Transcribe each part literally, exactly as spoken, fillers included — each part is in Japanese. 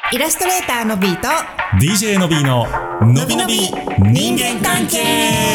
イラストレーターのビーとディージェー のビーののびのび人間関係。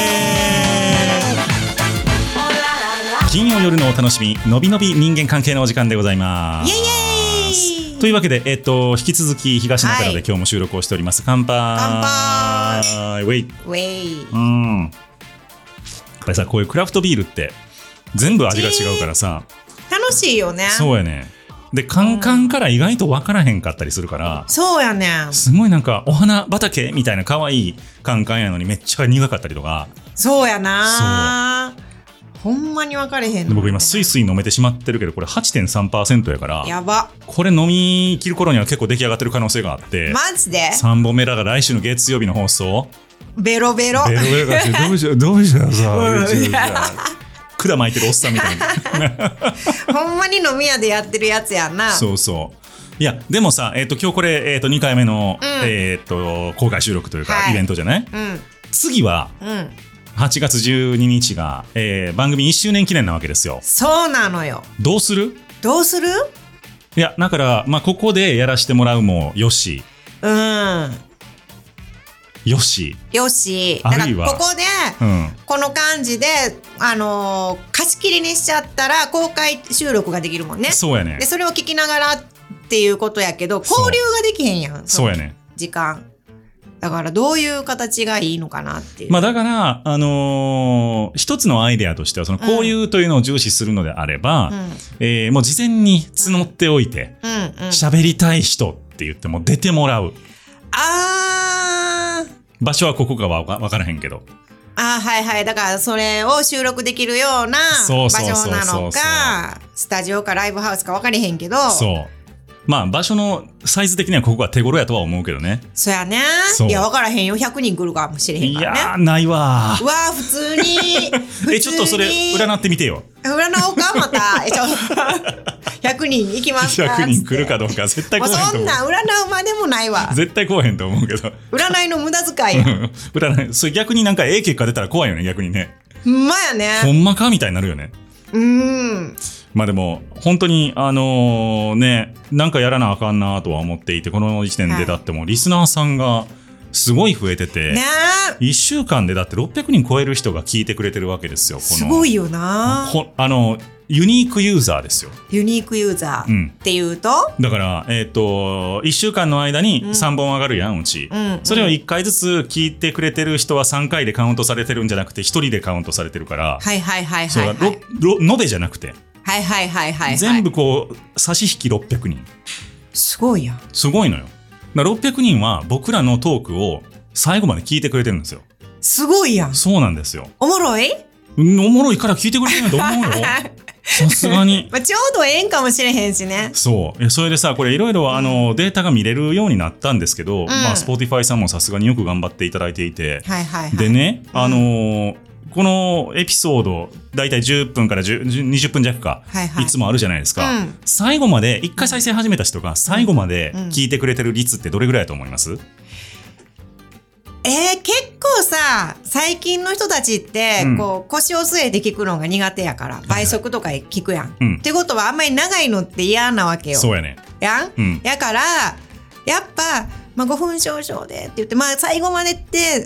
金曜夜のお楽しみ、のびのび人間関係のお時間でございます。 イエイイエイというわけで、えっと、引き続き東中野で今日も収録をしております。乾杯。 乾杯。 ウェイウェイ。 うん。やっぱりさ、こういうクラフトビールって全部味が違うからさ、 楽しいよね。 そうやね。で、カンカンから意外と分からへんかったりするから、 そうやね。 すごいなんかお花畑みたいな可愛いカンカンやのにめっちゃ苦かったりとか。 そうやな。ほんまに分かれへんの、ね。 僕今スイスイ飲めてしまってるけど、これ はちてんさんパーセント やから、 やば。 これ飲み切る頃には結構出来上がってる可能性があって、 マジでさんぼんめだから来週の月曜日の放送、 ベロベロベロベロがしてどうしようどうしようさ管巻いてるおっさんみたいなほんまに飲み屋でやってるやつやんな。 そうそう。いやでもさ、えー、と今日これ、えー、とにかいめの、うんえー、と公開収録というか、はい、イベントじゃない、うん、次は、うんはちがつじゅうににちが、えー、番組いっしゅうねん記念なわけですよ。 そうなのよ。 どうするどうするいやだから、まあ、ここでやらせてもらうもよし、 うんよしよし、だからここで、うん、この感じで、あのー、貸し切りにしちゃったら公開収録ができるもんね。 そうやね。 でそれを聞きながらっていうことやけど、交流ができへんやん。 そうやね。 時間だからどういう形がいいのかなっていう。 まあだからあのー、一つのアイデアとしてはその交流というのを重視するのであれば、うんえー、もう事前に募っておいて喋、うんうん、りたい人って言っても出てもらう。 あー場所はここかは分からへんけど。 あーはいはい。だからそれを収録できるような場所なのか、スタジオかライブハウスか分かれへんけど。 そうまあ場所のサイズ的にはここが手頃やとは思うけどね。 そうやね。いや分からへんよ。ひゃくにん来るかもしれへんからね。 いやーないわー。 うわー普通に普通にえちょっとそれ占ってみてよ。 占おうかまたえちょひゃくにん行きますか。 ひゃくにん来るかどうか絶対来へんと思う。 そんな占うまでもないわ。 絶対来へんと思うけど。 占いの無駄遣いや占いそれ逆になんかええ結果出たら怖いよね。逆にね。 ほんまやね。 ほんまかみたいになるよね。 うーんまあでも本当にあのねなんかやらなあかんなとは思っていて、この時点でだってもうリスナーさんがすごい増えてて、ね、いっしゅうかんでだってろっぴゃくにん超える人が聞いてくれてるわけですよ。このすごいよな。 あのユニークユーザーですよ。 ユニークユーザーっていうと、 うん、だからえっ、ー、といっしゅうかんの間にさんぼん上がるやんうち、うんうん、それをいっかいずつ聞いてくれてる人はさんかいでカウントされてるんじゃなくてひとりでカウントされてるから、 はいはいはいはい、はい、 そう延べじゃなくてはいはいはいはい、はい、 全部こう差し引きろっぴゃくにん。 すごいやん。 すごいのよ。だろっぴゃくにんは僕らのトークを最後まで聞いてくれてるんですよ。 すごいやん。 そうなんですよ。 おもろい？ おもろいから聞いてくれてるんだと思うよさすがにまあちょうどええんかもしれへんしね。 そうそれでさこれいろいろあのデータが見れるようになったんですけど、うん、まあ Spotify さんもさすがによく頑張っていただいていて、 はいはいはい、 でねあのーこのエピソードだいたいじゅっぷんからにじゅっぷん弱か、はいはい、いつもあるじゃないですか、うん、最後までいっかい再生始めた人が最後まで聞いてくれてる率ってどれぐらいだと思います？ えー、結構さ最近の人たちって、うん、こう腰を据えて聞くのが苦手やから倍速とか聞くやん、はいはい、ってことはあんまり長いのって嫌なわけよ。 そうやねやん、うん、やからやっぱまあ、ごふん少々でって言って、まあ、最後までって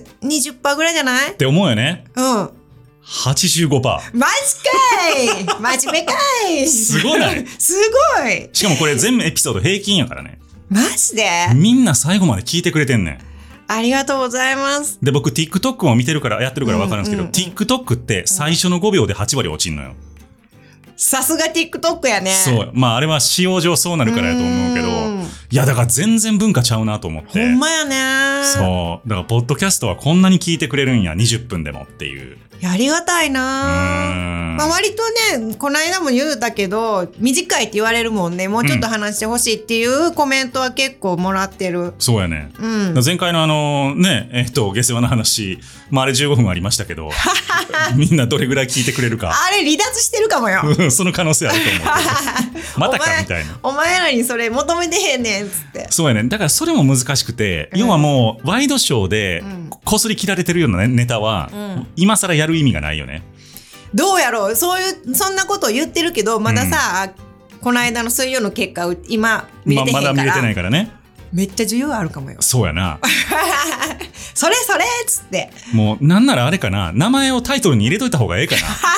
にじゅっパーセント ぐらいじゃないって思うよね。 うん。 はちじゅうごパーセント。 マジかい真面目かいすごないすごい。 しかもこれ全部エピソード平均やからね。 マジでみんな最後まで聞いてくれてんねん。 ありがとうございます。 で、僕 TikTok も見てるからやってるから分かるんですけど、うんうんうん、TikTok って最初のごびょうではちわり落ちんのよ。 さすが TikTok やね。 そう。まああれは仕様上そうなるからやと思うけど、いやだから全然文化ちゃうなと思って。 ほんまやね。 そう。だからポッドキャストはこんなに聞いてくれるんや、にじゅっぷんでもっていう。 いやありがたいな。まあ割とね、この間も言うたけど、短いって言われるもんね。もうちょっと話してほしいっていうコメントは結構もらってる。うん、 そうやね。うん、前回のあのね、えっと、下世話の話、まああれじゅうごふんありましたけど、みんなどれぐらい聞いてくれるか。 あれ離脱してるかもよ。 その可能性あると思う。またかみたいな。 お前、お前らにそれ求めてへんねんっつって。 そうやね。だからそれも難しくて、うん、要はもうワイドショーでこすり切られてるような、ね、ネタは、うん、今更やる意味がないよね。 どうやろう。そういうそんなことを言ってるけどまださ、うん、この間の水曜の結果を今見れてへんから、 ま、まだ見れてないからね。 めっちゃ需要あるかもよ。 そうやな。 それそれっつって。 もうなんならあれかな、名前をタイトルに入れといた方がええかな。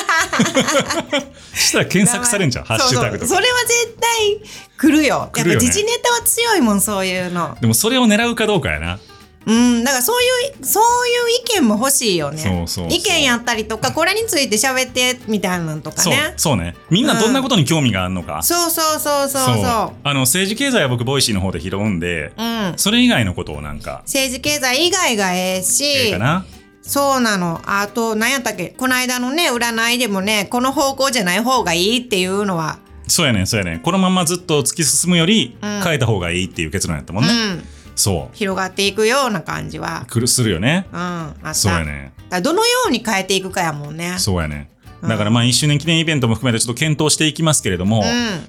したら検索されんじゃん、ハッシュタグとか。 そうそう、それは絶対来るよ。 来るよね。 やっぱ時事ネタは強いもん、そういうの。 でもそれを狙うかどうかやな。 うん、だからそういうそういう意見も欲しいよね。 そうそうそう、 意見やったりとか、これについて喋ってみたいなのとかね。 そうそうね。みんなどんなことに興味があるのか。 うん、そうそうそうそうそう。 あの政治経済は僕ボイシーの方で拾うんで、うん、それ以外のことをなんか政治経済以外がええし、 ええかな。 そうなの。あと何やったっけ、この間のね占いでもね、この方向じゃない方がいいっていうのは。 そうやねんそうやねん。このままずっと突き進むより変えた方がいいっていう結論やったもんね。うん、そう広がっていくような感じはするよね。 うん、あった。 そうやね。 だどのように変えていくかやもんね。 そうやね。だからまあいっしゅうねん記念イベントも含めてちょっと検討していきますけれども、うん、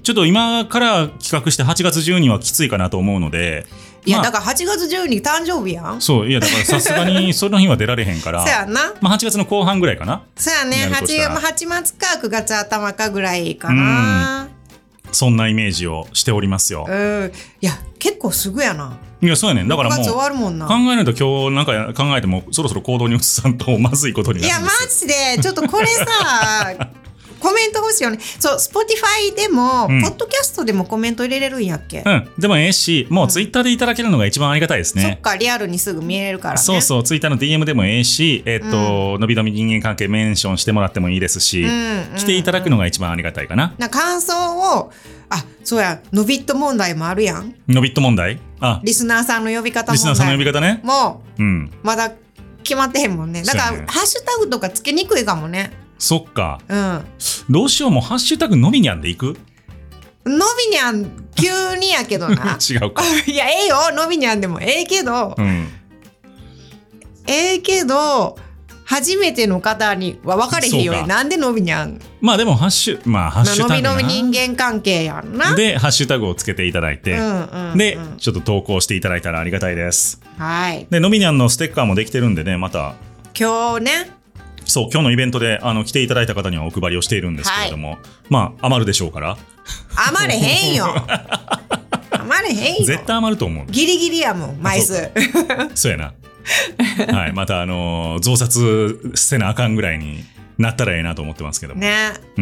ちょっと今から企画してはちがつじゅうにはきついかなと思うので。 いや、まあ、だからはちがつじゅうに誕生日やん。 そう、いやだからさすがにその日は出られへんから。 そうやな。 まあはちがつの後半ぐらいかな。 そうやね。はちがつかくがつ頭かぐらいかな。 そんなイメージをしておりますよ。 うん。いや結構すぐやな。 いやそうやねん。だからもう終わるもんな。 考えないと今日なんか考えてもそろそろ行動に移さんとまずいことになるんですよ。 いやマジでちょっとこれさコメント欲しいよね。そう、Spotify でも、うん、ポッドキャストでもコメント入れれるんやっけ。 うん、でもええし、もうツイッターでいただけるのが一番ありがたいですね。 そっか、リアルにすぐ見れるからね。 そうそう、ツイッターの ディーエム でもええし、えっと、うん、のびのび人間関係メンションしてもらってもいいですし、うんうんうん、来ていただくのが一番ありがたいかな。 な感想を、あ、そうや、のびっと問題もあるやん。 のびっと問題？あ、 リスナーさんの呼び方問題。 リスナーさんの呼び方ね。 もう、うん、まだ決まってへんもんね。だから、ね、ハッシュタグとかつけにくいかもね。 そっか、 うん、 どうしよう。もうハッシュタグのびにゃんでいく？ のびにゃん急にやけどな。 違うか。 いやええよ、のびにゃんでもええけど、うん、ええけど初めての方には分かれへんよね。なんでのびにゃん。 まあでもハッシュまあハッシュタグな、 のびのび人間関係やんな。 でハッシュタグをつけていただいて、うんうんうん、でちょっと投稿していただいたらありがたいです。 はい。 でのびにゃんのステッカーもできてるんでね、また今日ね。 そう、今日のイベントであの来ていただいた方にはお配りをしているんですけれども、はい、まあ余るでしょうから。 余れへんよ。余れへんよ。 絶対余ると思う。 ギリギリやもん枚数。 そう, そうやな。はい、またあのー、増刷せなあかんぐらいになったらええなと思ってますけどもね。 うん。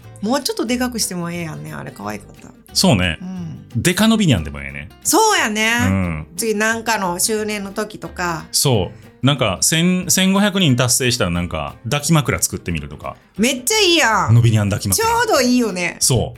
もうちょっとでかくしてもええやんね。あれ可愛かった。 そうね。うん、デカのびにゃんでもええね。 そうやね。 うん、 次なんかの周年の時とか。 そう。なんかせんごひゃくにん達成したらなんか抱き枕作ってみるとか。 めっちゃいいやん。 のびにゃん抱き枕。 ちょうどいいよね。 そう。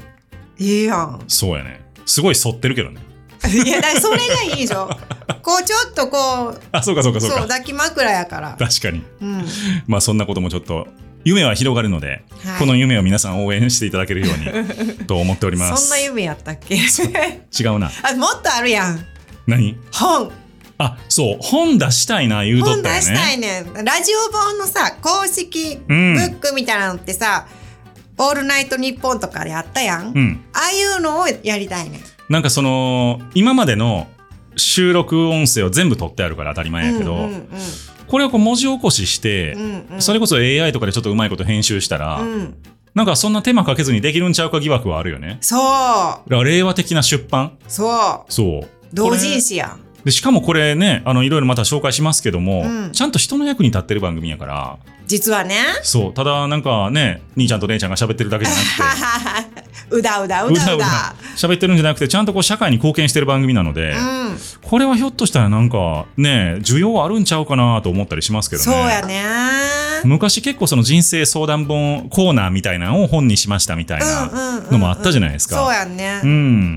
いいやん。 そうやね。すごい反ってるけどね。 いやだからそれがいいでしょ。こうちょっとこう。 あ、そうかそうかそうか。 そう抱き枕やから。 確かに。 うん。 まあそんなこともちょっと夢は広がるので、はい、この夢を皆さん応援していただけるようにと思っております。 そんな夢やったっけ？ 違うな。 あ、もっとあるやん。 何？ 本。 あ、そう、本出したいな言うとったよね。 本出したいねん。ラジオ本のさ、公式ブックみたいなのってさ、うん、オールナイトニッポンとかであったやん、うん、ああいうのをやりたいねん。 なんかその今までの収録音声を全部取ってあるから当たり前やけど、うんうんうん、これをこう文字起こしして、うんうん、それこそ エーアイ とかでちょっとうまいこと編集したら、うん、なんかそんな手間かけずにできるんちゃうか疑惑はあるよね。 そう。だから令和的な出版。 そう。 そう。 同人誌やん。 でしかもこれね、あのいろいろまた紹介しますけども、うん、ちゃんと人の役に立ってる番組やから。 実はね。そう。 ただなんかね、兄ちゃんと姉ちゃんが喋ってるだけじゃなくてうだうだうだうだ喋ってるんじゃなくて、ちゃんとこう社会に貢献してる番組なので、うん、これはひょっとしたらなんかね、需要あるんちゃうかなと思ったりしますけどね。 そうやね。 昔結構その人生相談本コーナーみたいなのを本にしましたみたいなのもあったじゃないですか。 そうやね。 うん。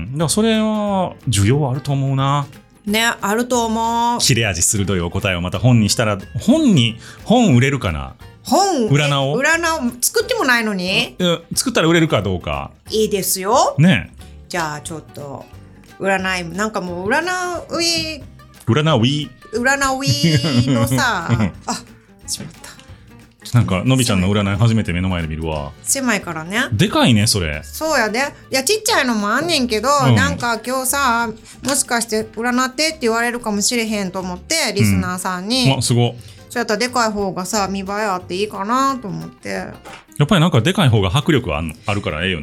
だからそれは需要あると思うな。 ね、あると思う。 切れ味鋭いお答えをまた本にしたら、本に本売れるかな。 本占を占を作ってもないのに、 作ったら売れるかどうか。 いいですよね。 じゃあちょっと占いなんかもう占い占い占いのさあしまった。 なんかのびちゃんの占い初めて目の前で見るわ。 狭いからね。 でかいねそれ。 そうやで。いやちっちゃいのもあんねんけど、うん、なんか今日さもしかして占ってって言われるかもしれへんと思ってリスナーさんに、 うん、あすご。 そうやったらでかい方がさ見栄えあっていいかなと思って。 やっぱりなんかでかい方が迫力あんあるからええよね。 まあ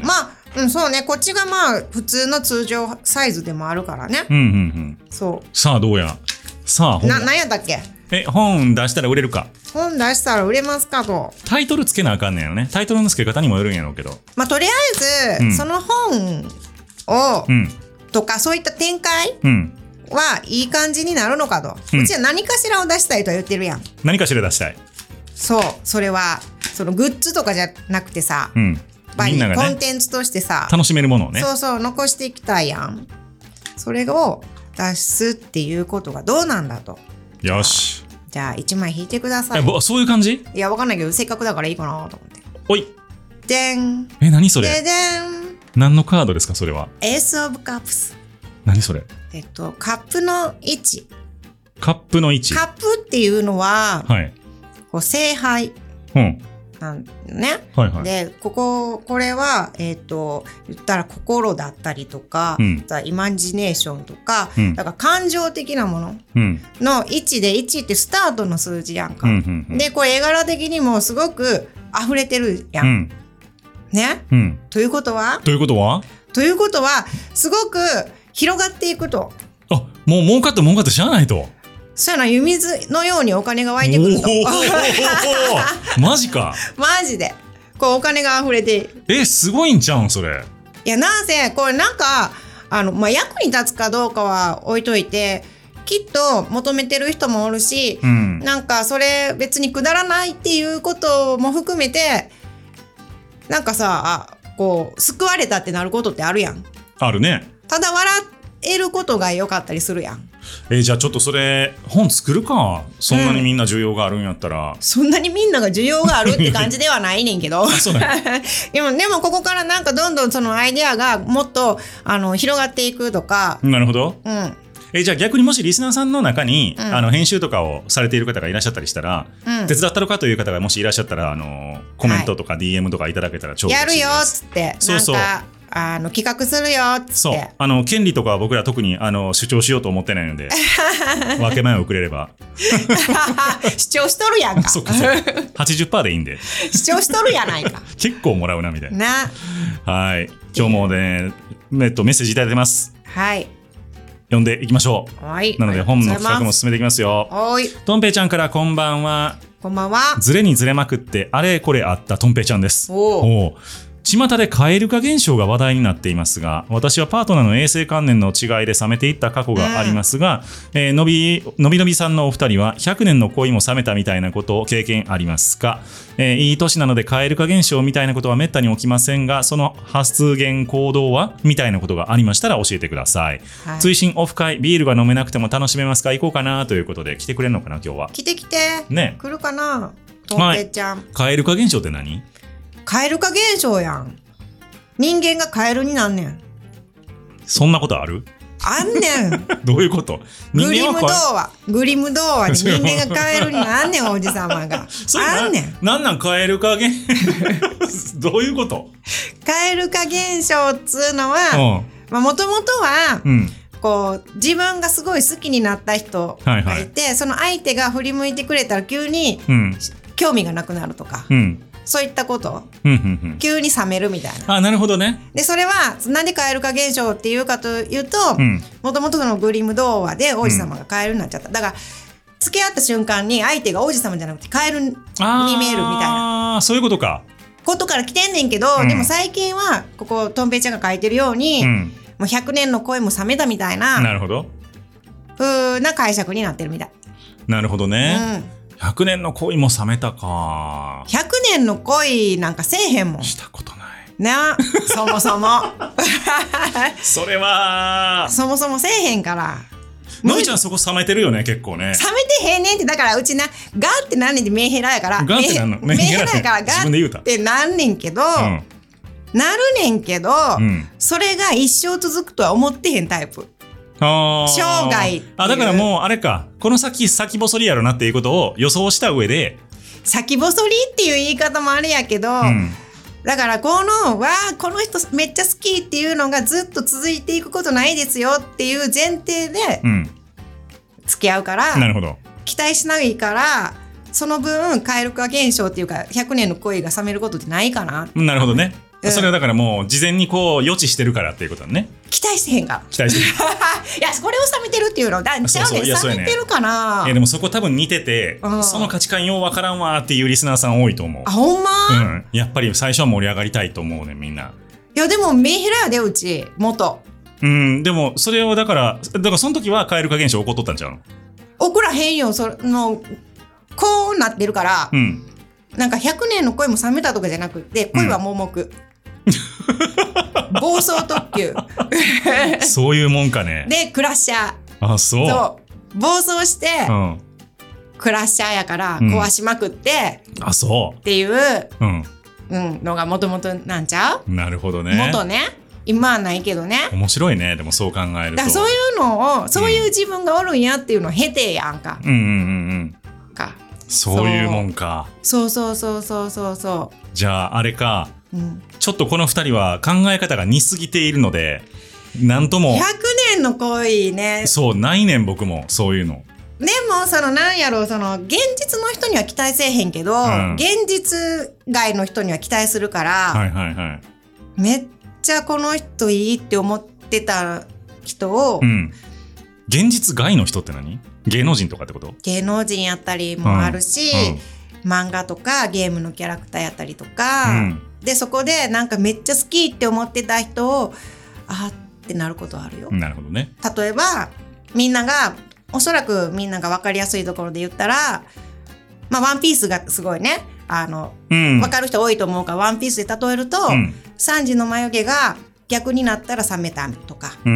うん、そうね。こっちがまあ普通の通常サイズでもあるからね。 うんうんうん。 そう。 さあどうや。さあ本。 な、なんやったっけ。 え、本出したら売れるか。 本出したら売れますかと。 タイトルつけなあかんねんよね。タイトルの付け方にもよるんやろうけど。 まあとりあえず、うん、その本を、うん、とかそういった展開、うん、はいい感じになるのかと、うん、うちは何かしらを出したいとは言ってるやん。 何かしら出したい。 そう、それはそのグッズとかじゃなくてさ、うん、みんながね、コンテンツとしてさ楽しめるものをね、 そうそう残していきたいやん。それを出すっていうことがどうなんだと。 よし。 じゃあいちまい引いてください。 え、そういう感じ？ いやわかんないけどせっかくだからいいかなと思って。 おい。 でん。 え、何それ？ ででん。 何のカードですかそれは？ エースオブカップス。 何それ？ えっとカップの位置。 カップの位置。 カップっていうのは、はい、こう聖杯。うん。なんね、はいはい、でこここれはえっ、ー、と言ったら心だったりとか、うん、イマジネーションとか、うん、だから感情的なもののいちでいちってスタートの数字やんか、うんうんうん、でこれ絵柄的にもすごく溢れてるやん、うん、ね、うん、ということはということはということはすごく広がっていくと。 あ、もう儲かって儲かってしゃあないと。 そうやな、湯水のようにお金が湧いてくると。 マジか。 マジでこうお金が溢れて。 え、すごいんちゃうんそれ。 いや、なんせこれなんかあの、まあ、役に立つかどうかは置いといて、きっと求めてる人もおるし、うん、なんかそれ別にくだらないっていうことも含めてなんかさ、あ、こう救われたってなることってあるやん。 あるね。 ただ笑えることが良かったりするやん。 えー、じゃあちょっとそれ本作るか。そんなにみんな需要があるんやったら、うん、 そんなにみんなが需要があるって感じではないねんけどそうでもでもここからなんかどんどんそのアイデアがもっとあの広がっていくとか。 なるほど、うん、えじゃあ逆にもしリスナーさんの中に、うん、あの編集とかをされている方がいらっしゃったりしたら、うん、手伝ったのかという方がもしいらっしゃったら、あのコメントとか ディーエム とかいただけたら超嬉しいです。 やるよっつって。そうそう、なんかあの企画するよっつって。 そう、あの権利とかは僕ら特にあの主張しようと思ってないので分け前をくれれば主張しとるやんか。 そうかそう はちじゅっパーセント でいいんで主張しとるやないか結構もらうなみたいな。 な、 はい、今日もね、えっと、メッセージいただいてます。 はい、 読んでいきましょう。 はい、 なので本の企画も進めていきますよ。 はい、 とんぺいちゃんからこんばんは。 こんばんは。 ずれにずれまくってあれこれあったとんぺいちゃんです。おお、巷で蛙化現象が話題になっていますが、私はパートナーの衛生観念の違いで冷めていった過去がありますが、うん、えー、のびのびのびさんのお二人はひゃくねんの恋も冷めたみたいなことを経験ありますか？えー、いい年なので蛙化現象みたいなことはめったに起きませんが、その発言行動はみたいなことがありましたら教えてください。はい、追伸オフ会、ビールが飲めなくても楽しめますか？行こうかなということで来てくれるのかな今日は。 来て来て、 ね、 来るかなとんぺいちゃん。 蛙化現象って何？ 蛙化現象やん。人間がカエルになんねん。そんなことある？ あんねんどういうこと？ グリム童話グリム童話で人間がカエルになんねんおじさまがあんねん。 なんなんカエル化現どういうこと？ カエル化現象っつうのはもともとは、うん、こう自分がすごい好きになった人がいて、はいはい、その相手が振り向いてくれたら急に、うん、興味がなくなるとか、うん、そういったこと、うんうんうん、急に冷めるみたいな。 あ、なるほどね。 でそれはなんで蛙化現象っていうかというと、もともとそのグリム童話で王子様がカエルになっちゃった、うん、だから付き合った瞬間に相手が王子様じゃなくてカエルに見えるみたいな。 あ、そういうことか。 ことから来てんねんけど、うん、でも最近はこことんぺいちゃんが書いてるように、うん、もうひゃくねんの恋も冷めたみたいな、 なるほど、 風な解釈になってるみたい。 なるほどね、うん、ひゃくねんの恋も冷めたか。 ひゃくねんの恋なんかせえへんもん。 したことないな、そもそもそれはそもそもせえへんから。 のびちゃんそこ冷めてるよね結構ね。 冷めてへんねんって。だからうちなガーってなんねんってメンヘラやから。 ガーってなんのメンヘラやからガーってなんねんけど、うん、なるねんけど、うん、それが一生続くとは思ってへんタイプ。あ、生涯。 あ、だからもうあれか、この先先細りやろなっていうことを予想した上で。 先細りっていう言い方もあれやけど、うん、だからこのわーこの人めっちゃ好きっていうのがずっと続いていくことないですよっていう前提で付き合うから、うん、なるほど、期待しないから、その分蛙化現象っていうかひゃくねんの恋が冷めることってないかな。 なるほどね。 うん、 それはだからもう事前にこう予知してるからっていうことだね。 期待してへんか期待してるいやこれを冷めてるっていうのだちゃうね冷めてるかな。 いやでもそこ多分似てて、うん、その価値観ようわからんわっていうリスナーさん多いと思う。 あほんま、 うん、やっぱり最初は盛り上がりたいと思うねみんな。 いやでもメンヘラやでうち元。 うんでもそれをだからだからその時は蛙化現象起こっとったんちゃうの。 起こらへんよそのこうなってるから、 うん、 なんかひゃくねんの恋も冷めたとかじゃなくて恋は盲目、うん暴走特急そういうもんかね。 でクラッシャー。 あそうそう暴走して、うん、クラッシャーやから壊しまくって、 うん、あそうっていう、 うんうん、のがもともとなんちゃう。 なるほどね。 元ね今はないけどね。 面白いねでもそう考えると。 だそういうのをそういう自分がおるんやっていうのを経てやんか、 うん、うんうんうんかそういうもんか。 そうそうそうそうそうそう。 じゃああれか、 うん、 ちょっとこの二人は考え方が似すぎているのでなんとも。 ひゃくねんの恋ね。 そうないねん僕もそういうの。 でもそのなんやろうその現実の人には期待せえへんけど、うん、現実外の人には期待するから、 はいはいはい、 めっちゃこの人いいって思ってた人を、 うん、現実外の人って何？芸能人とかってこと？ 芸能人やったりもあるし、うん、漫画とかゲームのキャラクターやったりとか、うん、でそこでなんかめっちゃ好きって思ってた人をあってなることあるよ。 なるほどね。 例えばみんながおそらくみんなが分かりやすいところで言ったら、まあワンピースがすごいねあの、うん、分かる人多いと思うからワンピースで例えると、うん、サンジの眉毛が逆になったら冷めたとか、 うん、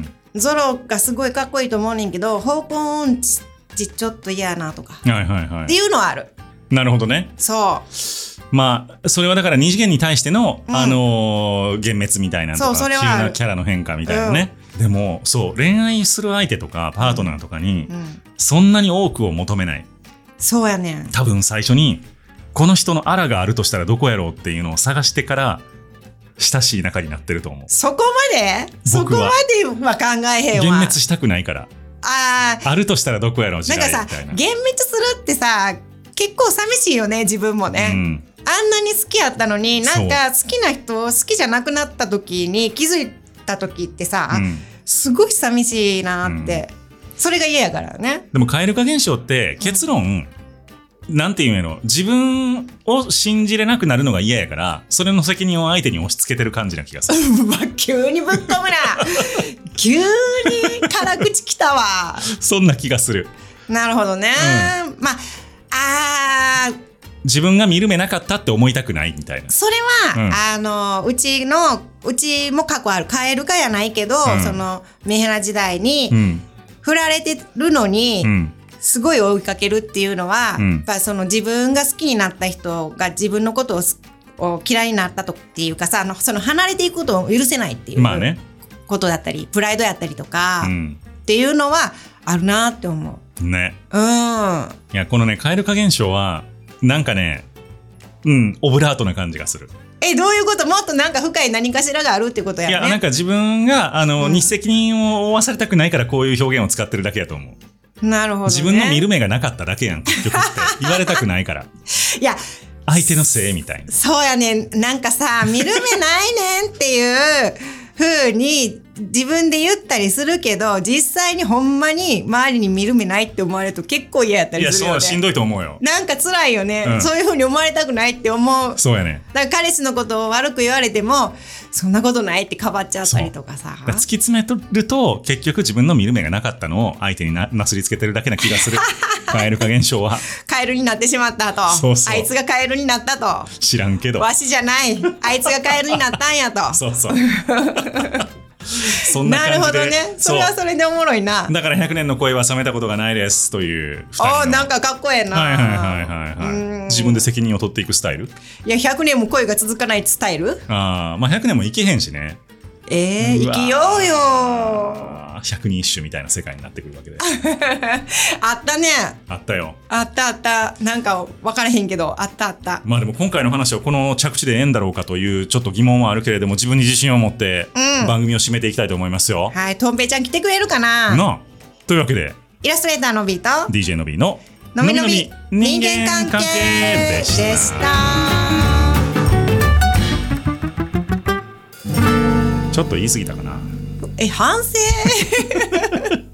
ゾロがすごいかっこいいと思うねんけど方向音痴ちょっと嫌やなとか、 はいはいはい、 っていうのはある。 なるほどね。 そうまあそれはだから二次元に対しての、うん、あのー、幻滅みたいなとかそうそれは急なキャラの変化みたいなね、うん、でもそう恋愛する相手とかパートナーとかに、うんうん、そんなに多くを求めない。 そうやねん。 多分最初にこの人のアラがあるとしたらどこやろうっていうのを探してから親しい仲になってると思う。 そこまでそこまでは考えへんわ。 幻滅したくないから。 ああるとしたらどこやろう時代みたいな。 なんかさ幻滅するってさ結構寂しいよね自分もね、うん、あんなに好きやったのになんか好きな人好きじゃなくなった時に気づいた時ってさ、うん、すごい寂しいなって、うん、それが嫌やからね。 でも蛙化現象って結論、うん、なんていうんやろ自分を信じれなくなるのが嫌やからそれの責任を相手に押し付けてる感じな気がする急にぶっ込むな急に辛口きたわそんな気がする。 なるほどね、うん、まああ自分が見る目なかったって思いたくないみたいな。 それは、うん、あのうちのうちも過去ある蛙化やないけど、うん、そのメンヘラ時代に、うん、振られてるのに、うん、すごい追いかけるっていうのは、うん、やっぱその自分が好きになった人が自分のことを、を嫌いになったとっていうかさあのその離れていくことを許せないっていう、まあね、ことだったりプライドやったりとか、うん、っていうのはあるなって思う。 ね。 うん。いやこのね蛙化現象はなんかねうんオブラートな感じがする。 えどういうこと？もっとなんか深い何かしらがあるってことやね。 いやなんか自分があの、うん、に責任を負わされたくないからこういう表現を使ってるだけやと思う。なるほど、ね、 自分の見る目がなかっただけやん結局って言われたくないからいや相手のせいみたいな。 そうやねんなんかさ見る目ないねんっていう風に自分で言ったりするけど実際にほんまに周りに見る目ないって思われると結構嫌やったりするよね。 いやそうしんどいと思うよ。 なんか辛いよね、うん、そういう風に思われたくないって思う。 そうやね。 だから彼氏のことを悪く言われてもそんなことないってかばっちゃったりとかさ突き詰めると結局自分の見る目がなかったのを相手に な, なすりつけてるだけな気がする蛙化現象はカエルになってしまったと。そうそうあいつがカエルになったと。 知らんけどわしじゃないあいつがカエルになったんやとそうそうそんな感じで。なるほどね。 それはそれでおもろいな。 だからひゃくねんの恋は冷めたことがないですというふたりの。 あなんかかっこええな。 はいはいはいはい、はい、自分で責任を取っていくスタイル。 いやひゃくねんも恋が続かないスタイル。 あまあひゃくねんも生きへんしね。 えー、生きようよ。 百人一首みたいな世界になってくるわけであったね。 あったよ。 あったあった。なんか分からへんけどあったあった。 まあでも今回の話はこの着地でええんだろうかというちょっと疑問はあるけれども自分に自信を持って番組を締めていきたいと思いますよ、 うん、はい。とんぺいちゃん来てくれるかななあというわけでイラストレーターのビーとディージェー のビーののみのみ人間関係でした。 ちょっと言い過ぎたかな。 え反省